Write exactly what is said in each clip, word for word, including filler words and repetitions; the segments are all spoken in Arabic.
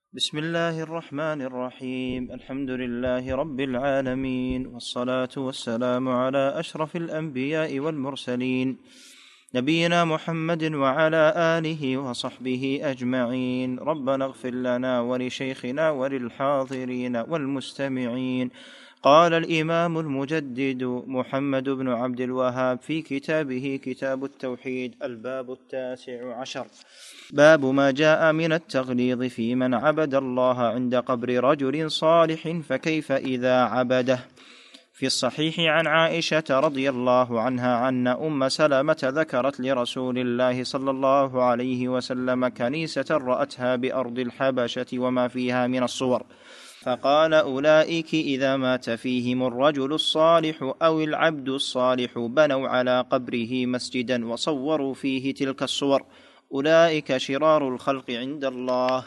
بسم الله الرحمن الرحيم. الحمد لله رب العالمين، والصلاة والسلام على أشرف الأنبياء والمرسلين، نبينا محمد وعلى آله وصحبه أجمعين. ربنا اغفر لنا ولشيخنا وللحاضرين والمستمعين. قال الإمام المجدد محمد بن عبد الوهاب في كتابه كتاب التوحيد: الباب التاسع عشر، باب ما جاء من التغليظ في من عبد الله عند قبر رجل صالح فكيف إذا عبده. في الصحيح عن عائشة رضي الله عنها أن أم سلمة ذكرت لرسول الله صلى الله عليه وسلم كنيسة رأتها بأرض الحبشة وما فيها من الصور، فقال: أولئك إذا مات فيهم الرجل الصالح أو العبد الصالح بنوا على قبره مسجدا وصوروا فيه تلك الصور، أولئك شرار الخلق عند الله.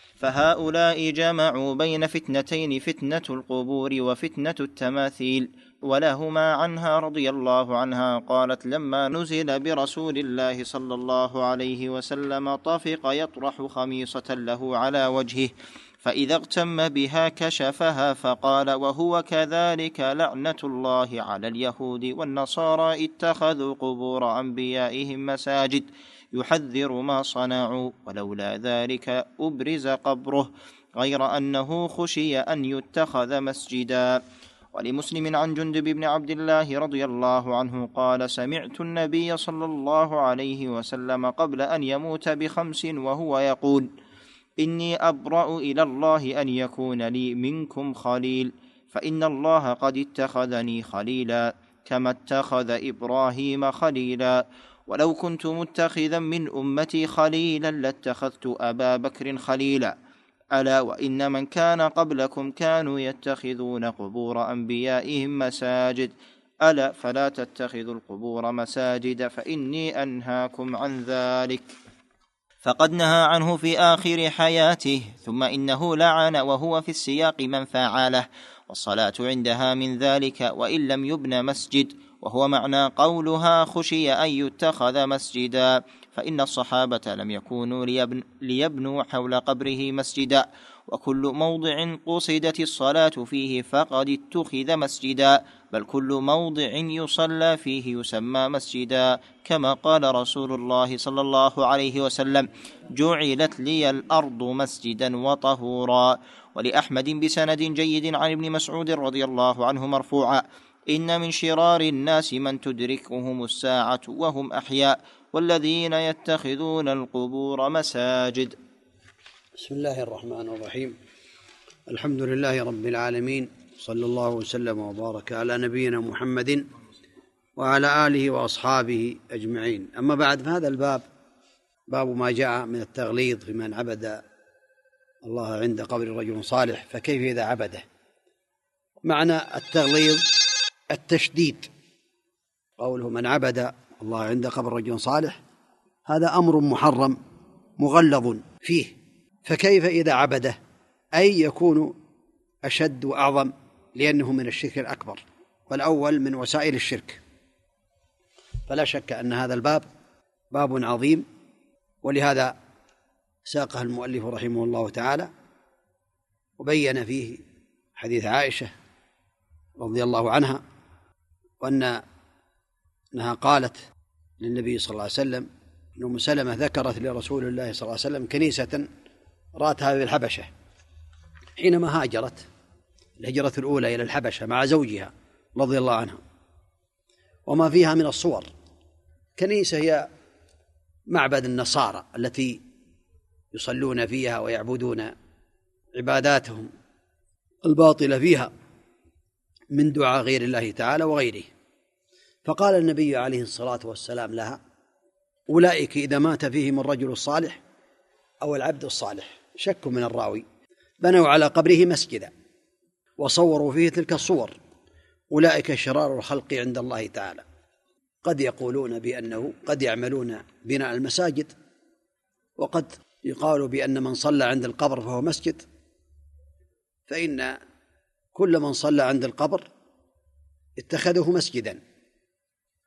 فهؤلاء جمعوا بين فتنتين: فتنة القبور وفتنة التماثيل. ولهما عنها رضي الله عنها قالت: لما نزل برسول الله صلى الله عليه وسلم طفق يطرح خميصة له على وجهه، فإذا اغتم بها كشفها فقال: وهو كذلك لعنة الله على اليهود والنصارى اتخذوا قبور أنبيائهم مساجد، يحذر ما صنعوا، ولولا ذلك أبرز قبره، غير أنه خشي أن يتخذ مسجدا. ولمسلم عن جندب بن عبد الله رضي الله عنه قال: سمعت النبي صلى الله عليه وسلم قبل أن يموت بخمس وهو يقول: إني أبرأ إلى الله أن يكون لي منكم خليل، فإن الله قد اتخذني خليلا كما اتخذ إبراهيم خليلا، ولو كنت متخذا من أمتي خليلا لاتخذت أبا بكر خليلا. ألا وإن من كان قبلكم كانوا يتخذون قبور أنبيائهم مساجد، ألا فلا تتخذوا القبور مساجد فإني أنهاكم عن ذلك. فقد نهى عنه في آخر حياته، ثم إنه لعن وهو في السياق من فعله، والصلاة عندها من ذلك وإن لم يبن مسجد، وهو معنى قولها خشي أن يتخذ مسجدا، فإن الصحابة لم يكونوا ليبن ليبنوا حول قبره مسجدا، وكل موضع قصدت الصلاة فيه فقد اتخذ مسجدا، بل كل موضع يصلى فيه يسمى مسجدا، كما قال رسول الله صلى الله عليه وسلم: جعلت لي الأرض مسجدا وطهورا. ولأحمد بسند جيد عن ابن مسعود رضي الله عنه مرفوعا: إن من شرار الناس من تدركهم الساعة وهم أحياء، والذين يتخذون القبور مساجد. بسم الله الرحمن الرحيم. الحمد لله رب العالمين، صلى الله وسلم وبارك على نبينا محمد وعلى آله وأصحابه أجمعين. أما بعد، فهذا الباب باب ما جاء من التغليظ في من عبد الله عند قبر رجل صالح فكيف إذا عبده. معنى التغليظ التشديد، قوله من عبد الله عند قبر رجل صالح، هذا أمر محرم مغلظ فيه، فكيف إذا عبده، أي يكون أشد وأعظم، لأنه من الشرك الأكبر، والأول من وسائل الشرك. فلا شك أن هذا الباب باب عظيم، ولهذا ساقه المؤلف رحمه الله تعالى، وبين فيه حديث عائشة رضي الله عنها، وأن أنها قالت للنبي صلى الله عليه وسلم أن أم سلمة ذكرت لرسول الله صلى الله عليه وسلم كنيسة رأتها بالحبشة حينما هاجرت الهجرة الأولى إلى الحبشة مع زوجها رضي الله عنها، وما فيها من الصور. كنيسة هي معبد النصارى التي يصلون فيها ويعبدون عباداتهم الباطلة فيها من دعاء غير الله تعالى وغيره. فقال النبي عليه الصلاة والسلام لها: أولئك إذا مات فيهم الرجل الصالح أو العبد الصالح، شك من الراوي، بنوا على قبره مسجدا وصوروا فيه تلك الصور، أولئك شرار الخلق عند الله تعالى. قد يقولون بأنه قد يعملون بناء المساجد، وقد يقال بأن من صلى عند القبر فهو مسجد، فإن كل من صلى عند القبر اتخذه مسجدا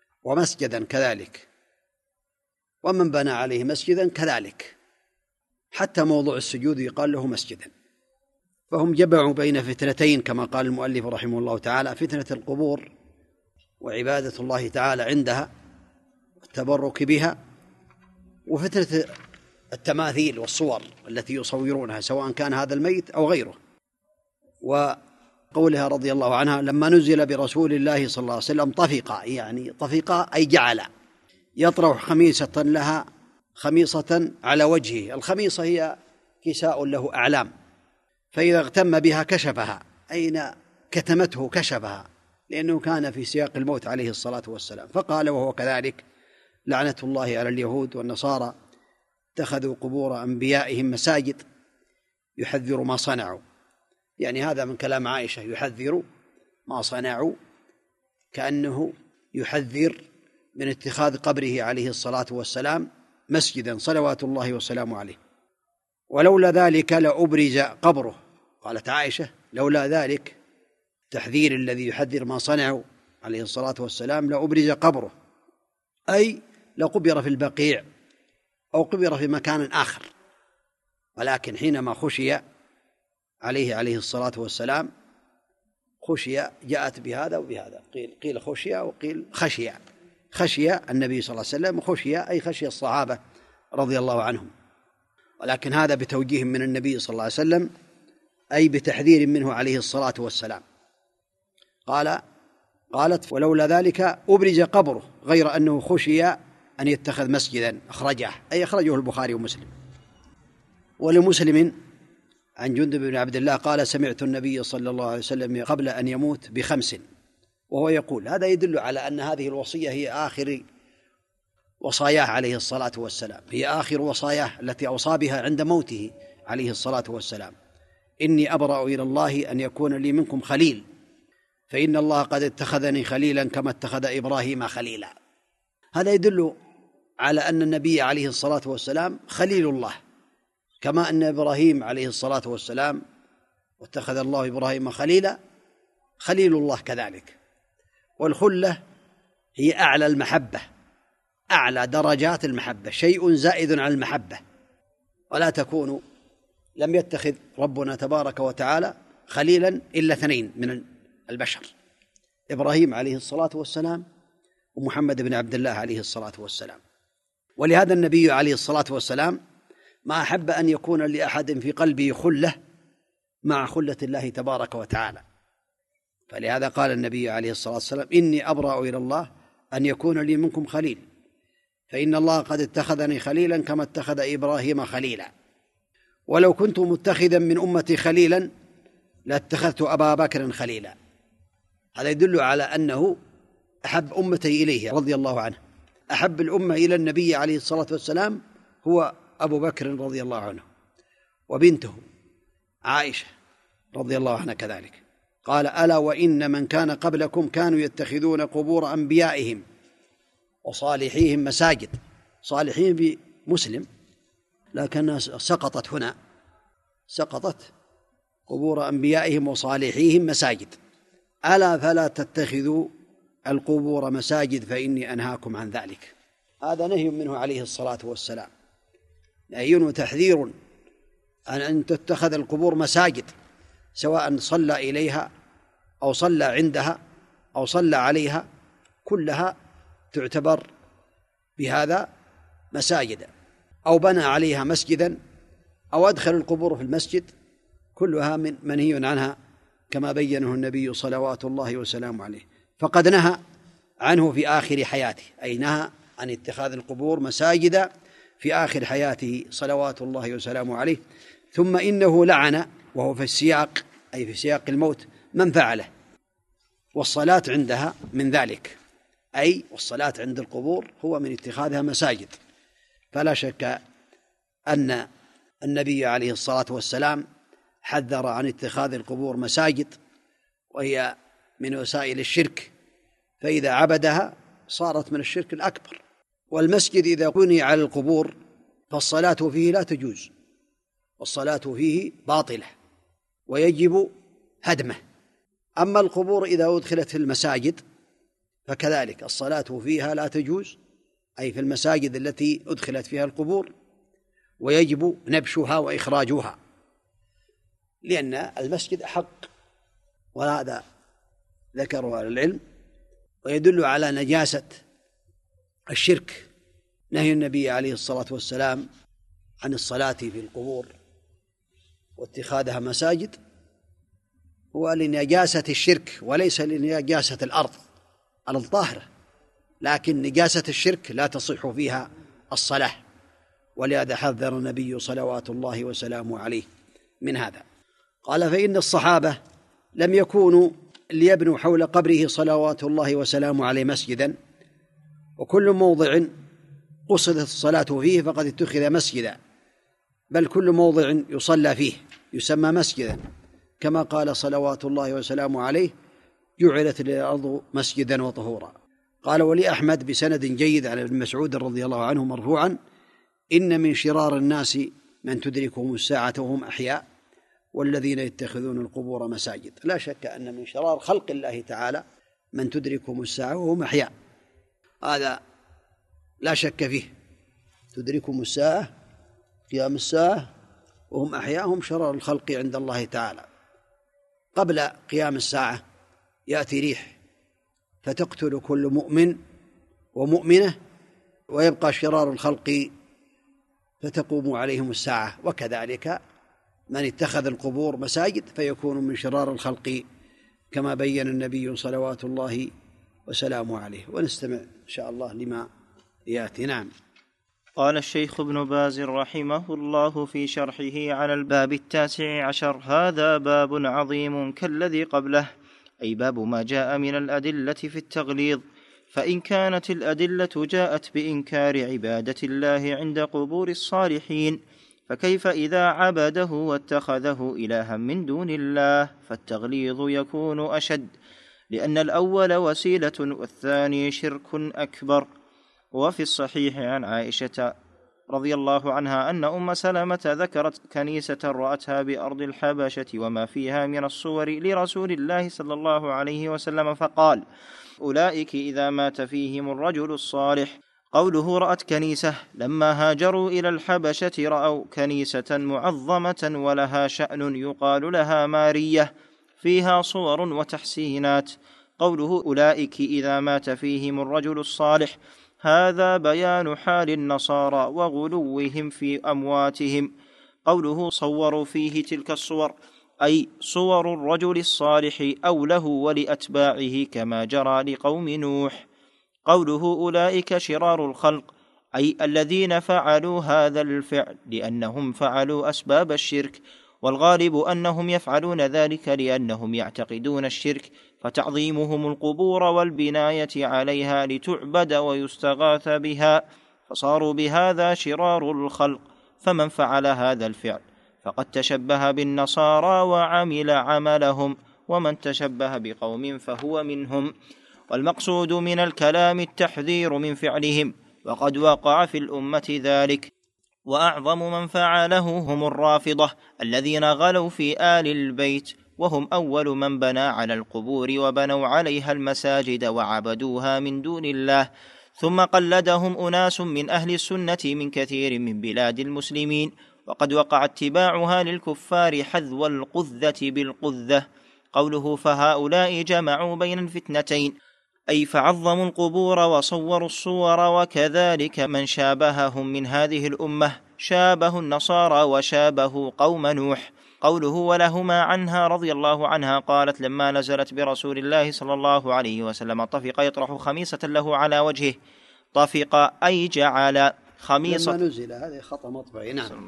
ومسجدا كذلك، ومن بنى عليه مسجدا كذلك، حتى موضوع السجود يقال له مسجدا. فهم جمعوا بين فتنتين كما قال المؤلف رحمه الله تعالى: فتنة القبور وعبادة الله تعالى عندها والتبرك بها، وفتنة التماثيل والصور التي يصورونها سواء كان هذا الميت أو غيره. وقولها رضي الله عنها: لما نزل برسول الله صلى الله عليه وسلم طفق، يعني طفق أي جعل يطرح خميصة لها خميصة على وجهه. الخميصة هي كساء له أعلام، فإذا اغتم بها كشفها، أين كتمته كشفها، لأنه كان في سياق الموت عليه الصلاة والسلام. فقال وهو كذلك: لعنة الله على اليهود والنصارى اتخذوا قبور أنبيائهم مساجد يحذر ما صنعوا. يعني هذا من كلام عائشة، يحذر ما صنعوا، كأنه يحذر من اتخاذ قبره عليه الصلاة والسلام مسجدا صلوات الله وسلامه عليه. ولولا ذلك لأبرز قبره. قالت عائشة: لولا ذلك تحذير الذي يحذر ما صنعوا عليه الصلاة والسلام لأبرز قبره، أي لقبر في البقيع أو قبر في مكان آخر. ولكن حينما خشي عليه عليه الصلاة والسلام خشي، جاءت بهذا وبهذا، قيل قيل خشي وقيل خشي. خشي النبي صلى الله عليه وسلم، خشي أي خشي الصحابة رضي الله عنهم، ولكن هذا بتوجيه من النبي صلى الله عليه وسلم، أي بتحذير منه عليه الصلاة والسلام. قال قالت: ولولا ذلك أبرز قبره، غير أنه خشي أن يتخذ مسجدا. أخرجه أي أخرجه البخاري ومسلم. ولمسلم عن جندب بن عبد الله قال: سمعت النبي صلى الله عليه وسلم قبل أن يموت بخمس وهو يقول. هذا يدل على أن هذه الوصية هي آخر وصاياه عليه الصلاة والسلام، هي آخر وصاياه التي أوصى بها عند موته عليه الصلاة والسلام: إني أبرأ إلى الله أن يكون لي منكم خليل، فإن الله قد اتخذني خليلا كما اتخذ إبراهيم خليلا. هذا يدل على أن النبي عليه الصلاة والسلام خليل الله، كما أن إبراهيم عليه الصلاة والسلام واتخذ الله إبراهيم خليلا، خليل الله كذلك. والخلة هي أعلى المحبة، أعلى درجات المحبة، شيء زائد على المحبة. ولا تكون، لم يتخذ ربنا تبارك وتعالى خليلا إلا اثنين من البشر: إبراهيم عليه الصلاة والسلام ومحمد بن عبد الله عليه الصلاة والسلام. ولهذا النبي عليه الصلاة والسلام ما أحب أن يكون لأحد في قلبه خلة مع خلة الله تبارك وتعالى. فلهذا قال النبي عليه الصلاة والسلام: إني أبرأ إلى الله أن يكون لي منكم خليل، فإن الله قد اتخذني خليلا كما اتخذ إبراهيم خليلا. ولو كنت متخذا من أمتي خليلا لاتخذت أبا بكر خليلا. هذا يدل على أنه أحب أمتي إليه رضي الله عنه. أحب الأمة إلى النبي عليه الصلاة والسلام هو أبو بكر رضي الله عنه، وبنته عائشة رضي الله عنها كذلك. قال: ألا وإن من كان قبلكم كانوا يتخذون قبور أنبيائهم وصالحيهم مساجد. صالحين بمسلم، لكنها سقطت هنا، سقطت قبور أنبيائهم وصالحيهم مساجد. ألا فلا تتخذوا القبور مساجد فإني أنهاكم عن ذلك. هذا نهي منه عليه الصلاة والسلام، نهي وتحذير عن أن تتخذ القبور مساجد، سواء صلى إليها أو صلى عندها أو صلى عليها، كلها تعتبر بهذا مساجد، أو بنى عليها مسجدا أو أدخل القبور في المسجد، كلها من منهي عنها كما بينه النبي صلوات الله وسلامه عليه. فقد نهى عنه في آخر حياته، أي نهى عن اتخاذ القبور مساجد في آخر حياته صلوات الله وسلامه عليه. ثم إنه لعن، وهو في السياق أي في سياق الموت، من فعله، والصلاة عندها من ذلك، أي والصلاة عند القبور هو من اتخاذها مساجد. فلا شك أن النبي عليه الصلاة والسلام حذر عن اتخاذ القبور مساجد، وهي من وسائل الشرك، فإذا عبدها صارت من الشرك الأكبر. والمسجد إذا بني على القبور فالصلاة فيه لا تجوز، والصلاة فيه باطلة ويجب هدمه. أما القبور إذا أدخلت في المساجد فكذلك الصلاة فيها لا تجوز، أي في المساجد التي أدخلت فيها القبور، ويجب نبشها وإخراجها، لأن المسجد حق، وهذا ذكره أهل العلم، ويدل على نجاسة الشرك نهي النبي عليه الصلاة والسلام عن الصلاة في القبور واتخاذها مساجد هو لنجاسة الشرك وليس لنجاسة الأرض. الأرض طاهرة، لكن نجاسة الشرك لا تصح فيها الصلاة، ولهذا حذر النبي صلوات الله وسلامه عليه من هذا. قال: فإن الصحابة لم يكونوا ليبنوا حول قبره صلوات الله وسلامه عليه مسجدا، وكل موضع قصدت الصلاة فيه فقد اتخذ مسجدا، بل كل موضع يصلى فيه يسمى مسجدا، كما قال صلوات الله وسلامه عليه: جعلت الأرض مسجدا وطهورا. قال: ولأحمد بسند جيد عن ابن مسعود رضي الله عنه مرفوعا: إن من شرار الناس من تدركهم الساعة وهم أحياء والذين يتخذون القبور مساجد. لا شك أن من شرار خلق الله تعالى من تدركهم الساعة وهم أحياء، هذا لا شك فيه. تدركهم الساعة، قيام الساعة وهم أحياء، هم شرار الخلق عند الله تعالى. قبل قيام الساعة يأتي ريح فتقتل كل مؤمن ومؤمنة، ويبقى شرار الخلق فتقوم عليهم الساعة. وكذلك من اتخذ القبور مساجد فيكون من شرار الخلق، كما بين النبي صلوات الله وسلامه عليه. ونستمع إن شاء الله لما يأتي. نعم. قال الشيخ ابن باز رحمه الله في شرحه على الباب التاسع عشر: هذا باب عظيم كالذي قبله، أي باب ما جاء من الأدلة في التغليظ. فإن كانت الأدلة جاءت بإنكار عبادة الله عند قبور الصالحين، فكيف إذا عبده واتخذه إلها من دون الله؟ فالتغليظ يكون أشد، لأن الأول وسيلة والثاني شرك أكبر. وفي الصحيح عن عائشة رضي الله عنها أن أم سلمة ذكرت كنيسة رأتها بأرض الحبشة وما فيها من الصور لرسول الله صلى الله عليه وسلم، فقال: أولئك إذا مات فيهم الرجل الصالح. قوله رأت كنيسة، لما هاجروا إلى الحبشة رأوا كنيسة معظمة ولها شأن يقال لها مارية، فيها صور وتحسينات. قوله أولئك إذا مات فيهم الرجل الصالح، هذا بيان حال النصارى وغلوهم في أمواتهم. قوله صوروا فيه تلك الصور، أي صور الرجل الصالح أو له ولأتباعه، كما جرى لقوم نوح. قوله أولئك شرار الخلق، أي الذين فعلوا هذا الفعل لأنهم فعلوا أسباب الشرك، والغالب أنهم يفعلون ذلك لأنهم يعتقدون الشرك، فتعظيمهم القبور والبناية عليها لتعبد ويستغاث بها، فصاروا بهذا شرار الخلق. فمن فعل هذا الفعل فقد تشبه بالنصارى وعمل عملهم، ومن تشبه بقوم فهو منهم. والمقصود من الكلام التحذير من فعلهم، وقد وقع في الأمة ذلك. وأعظم من فعله هم الرافضة الذين غلوا في آل البيت، وهم أول من بنى على القبور وبنوا عليها المساجد وعبدوها من دون الله، ثم قلدهم أناس من أهل السنة من كثير من بلاد المسلمين، وقد وقع اتباعها للكفار حذو القذة بالقذة. قوله فهؤلاء جمعوا بين الفتنتين، أي فعظموا القبور وصوروا الصور، وكذلك من شابههم من هذه الأمة شابه النصارى وشابه قوم نوح. قوله ولهما عنها رضي الله عنها قالت لما نزلت برسول الله صلى الله عليه وسلم طفق يطرح خميصة له على وجهه. طفق أي جعل خميصة، لما نزل هذا خطأ مطبعي. نعم.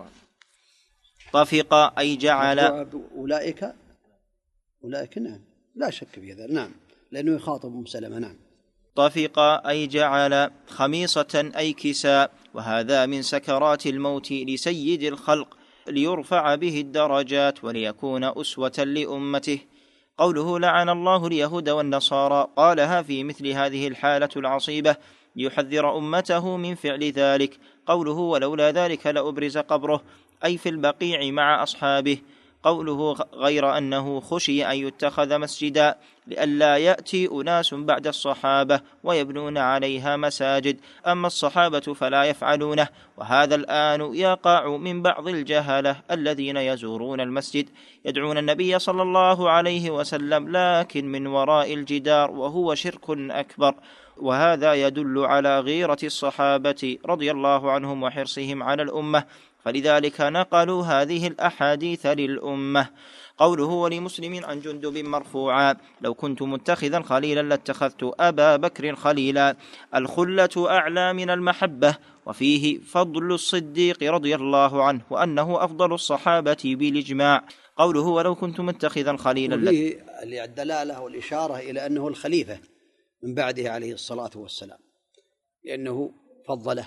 طفق أي جعل أولئك أولئك نعم لا شك في هذا. نعم، لأنه يخاطب أم سلمة. نعم. طفق أي جعل خميصة أي كساء، وهذا من سكرات الموت لسيد الخلق ليرفع به الدرجات وليكون أسوة لأمته. قوله لعن الله اليهود والنصارى قالها في مثل هذه الحالة العصيبة ليحذر أمته من فعل ذلك. قوله ولولا ذلك لأبرز قبره، أي في البقيع مع أصحابه. قوله غير أنه خشي أن يتخذ مسجدا لئلا يأتي أناس بعد الصحابة ويبنون عليها مساجد، أما الصحابة فلا يفعلونه، وهذا الآن يقع من بعض الجهلة الذين يزورون المسجد يدعون النبي صلى الله عليه وسلم لكن من وراء الجدار، وهو شرك أكبر، وهذا يدل على غيرة الصحابة رضي الله عنهم وحرصهم على الأمة، فلذلك نقلوا هذه الأحاديث للأمة. قوله ولمسلم عن جندب مرفوعا لو كنت متخذا خليلا لاتخذت أبا بكر خليلا. الخلة أعلى من المحبة، وفيه فضل الصديق رضي الله عنه وأنه أفضل الصحابة بالإجماع. قوله ولو كنت متخذا خليلا وفيه الدلالة والإشارة إلى أنه الخليفة من بعده عليه الصلاة والسلام، لأنه فضله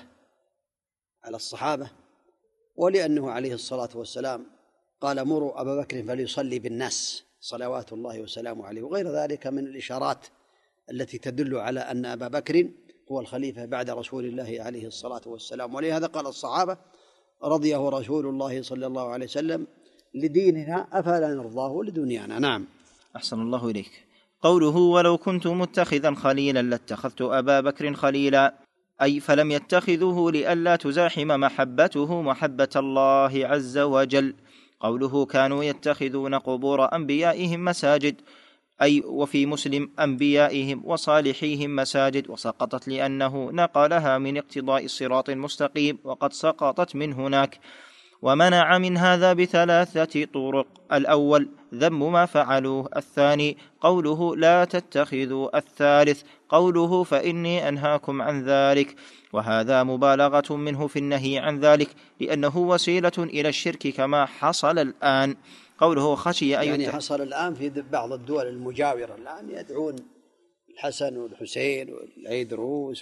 على الصحابة، ولأنه عليه الصلاة والسلام قال مروا أبا بكر فليصلي بالناس صلوات الله وسلامه عليه، وغير ذلك من الإشارات التي تدل على أن أبا بكر هو الخليفة بعد رسول الله عليه الصلاة والسلام. ولهذا قال الصحابة رضيه رسول الله صلى الله عليه وسلم لديننا أفلا نرضاه لدنيانا. نعم. أحسن الله إليك. قوله ولو كنت متخذا خليلا لاتخذت أبا بكر خليلا، أي فلم يتخذه لئلا تزاحم محبته محبة الله عز وجل. قوله كانوا يتخذون قبور أنبيائهم مساجد، أي وفي مسلم أنبيائهم وصالحيهم مساجد، وسقطت لأنه نقلها من اقتضاء الصراط المستقيم وقد سقطت من هناك. ومنع من هذا بثلاثة طرق: الأول ذم ما فعلوه، الثاني قوله لا تتخذوا، الثالث قوله فإني أنهاكم عن ذلك، وهذا مبالغة منه في النهي عن ذلك لأنه وسيلة إلى الشرك كما حصل الآن. قوله خشي أن يعني حصل الآن في بعض الدول المجاورة الآن يدعون الحسن والحسين والعيدروس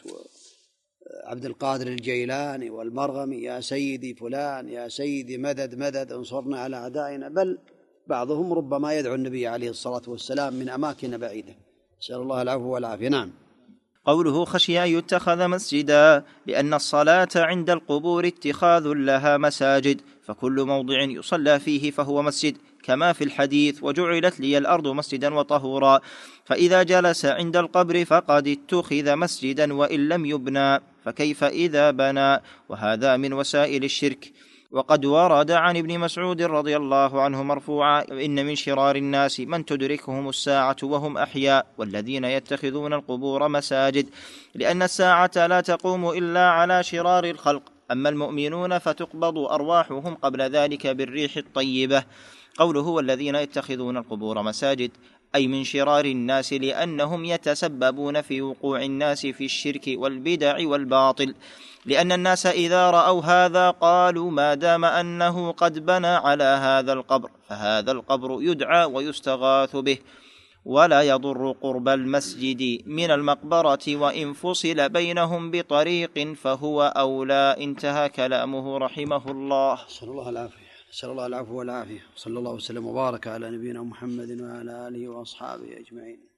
وعبد القادر الجيلاني والمرغمي يا سيدي فلان يا سيدي مدد مدد انصرنا على أعدائنا، بل بعضهم ربما يدعو النبي عليه الصلاة والسلام من أماكن بعيدة، نسأل الله العفو والعافية. نعم. قوله خشي أن يتخذ مسجدا لأن الصلاة عند القبور اتخاذ لها مساجد، فكل موضع يصلى فيه فهو مسجد، كما في الحديث وجعلت لي الأرض مسجدا وطهورا، فإذا جلس عند القبر فقد اتخذ مسجدا وإن لم يبنى، فكيف إذا بنى؟ وهذا من وسائل الشرك. وقد ورد عن ابن مسعود رضي الله عنه مرفوعا إن من شرار الناس من تدركهم الساعة وهم أحياء والذين يتخذون القبور مساجد، لأن الساعة لا تقوم إلا على شرار الخلق، أما المؤمنون فتقبض أرواحهم قبل ذلك بالريح الطيبة. قوله والذين يتخذون القبور مساجد، أي من شرار الناس، لأنهم يتسببون في وقوع الناس في الشرك والبدع والباطل، لأن الناس إذا رأوا هذا قالوا ما دام أنه قد بنى على هذا القبر فهذا القبر يدعى ويستغاث به، ولا يضر قرب المسجد من المقبرة وإن فصل بينهم بطريق فهو أولى. انتهى كلامه رحمه الله. نسأل الله العافية نسأل الله العفو والعافية. صلى الله وسلم وبارك على نبينا محمد وعلى آله وأصحابه أجمعين.